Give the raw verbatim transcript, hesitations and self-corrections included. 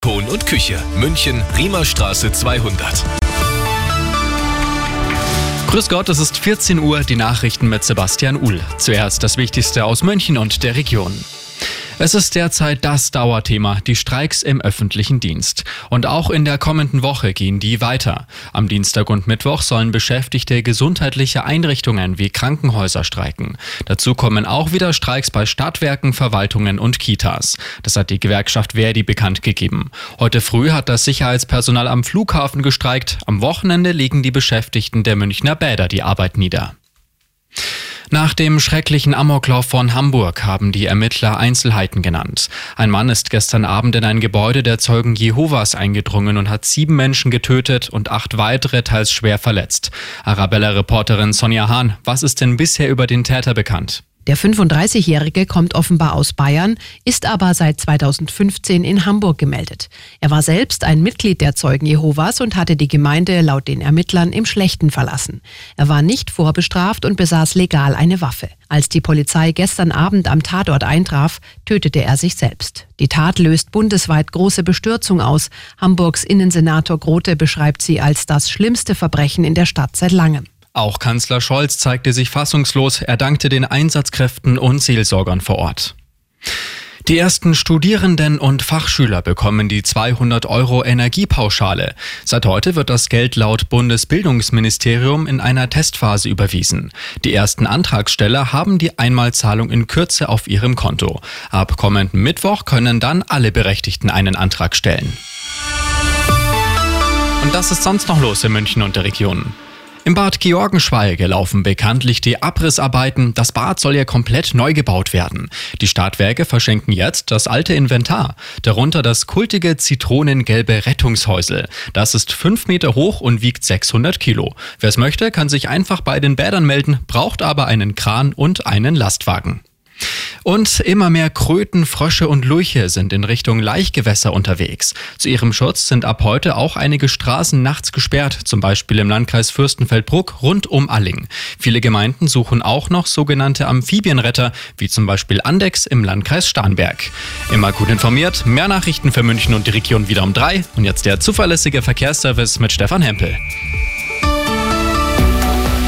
Ton und Küche, München, Riemerstraße zweihundert. Grüß Gott, es ist vierzehn Uhr, die Nachrichten mit Sebastian Uhl. Zuerst das Wichtigste aus München und der Region. Es ist derzeit das Dauerthema, die Streiks im öffentlichen Dienst. Und auch in der kommenden Woche gehen die weiter. Am Dienstag und Mittwoch sollen Beschäftigte gesundheitliche Einrichtungen wie Krankenhäuser streiken. Dazu kommen auch wieder Streiks bei Stadtwerken, Verwaltungen und Kitas. Das hat die Gewerkschaft Verdi bekannt gegeben. Heute früh hat das Sicherheitspersonal am Flughafen gestreikt. Am Wochenende legen die Beschäftigten der Münchner Bäder die Arbeit nieder. Nach dem schrecklichen Amoklauf von Hamburg haben die Ermittler Einzelheiten genannt. Ein Mann ist gestern Abend in ein Gebäude der Zeugen Jehovas eingedrungen und hat sieben Menschen getötet und acht weitere teils schwer verletzt. Arabella-Reporterin Sonja Hahn, was ist denn bisher über den Täter bekannt? Der fünfunddreißigjährige kommt offenbar aus Bayern, ist aber seit zweitausendfünfzehn in Hamburg gemeldet. Er war selbst ein Mitglied der Zeugen Jehovas und hatte die Gemeinde laut den Ermittlern im Schlechten verlassen. Er war nicht vorbestraft und besaß legal eine Waffe. Als die Polizei gestern Abend am Tatort eintraf, tötete er sich selbst. Die Tat löst bundesweit große Bestürzung aus. Hamburgs Innensenator Grote beschreibt sie als das schlimmste Verbrechen in der Stadt seit langem. Auch Kanzler Scholz zeigte sich fassungslos. Er dankte den Einsatzkräften und Seelsorgern vor Ort. Die ersten Studierenden und Fachschüler bekommen die zweihundert Euro Energiepauschale. Seit heute wird das Geld laut Bundesbildungsministerium in einer Testphase überwiesen. Die ersten Antragsteller haben die Einmalzahlung in Kürze auf ihrem Konto. Ab kommenden Mittwoch können dann alle Berechtigten einen Antrag stellen. Und das ist sonst noch los in München und der Region. Im Bad Georgenschwalge laufen bekanntlich die Abrissarbeiten. Das Bad soll ja komplett neu gebaut werden. Die Stadtwerke verschenken jetzt das alte Inventar. Darunter das kultige zitronengelbe Rettungshäusl. Das ist fünf Meter hoch und wiegt sechshundert Kilo. Wer es möchte, kann sich einfach bei den Bädern melden, braucht aber einen Kran und einen Lastwagen. Und immer mehr Kröten, Frösche und Lurche sind in Richtung Laichgewässer unterwegs. Zu ihrem Schutz sind ab heute auch einige Straßen nachts gesperrt, zum Beispiel im Landkreis Fürstenfeldbruck rund um Alling. Viele Gemeinden suchen auch noch sogenannte Amphibienretter, wie zum Beispiel Andex im Landkreis Starnberg. Immer gut informiert, mehr Nachrichten für München und die Region wieder um drei. Und jetzt der zuverlässige Verkehrsservice mit Stefan Hempel.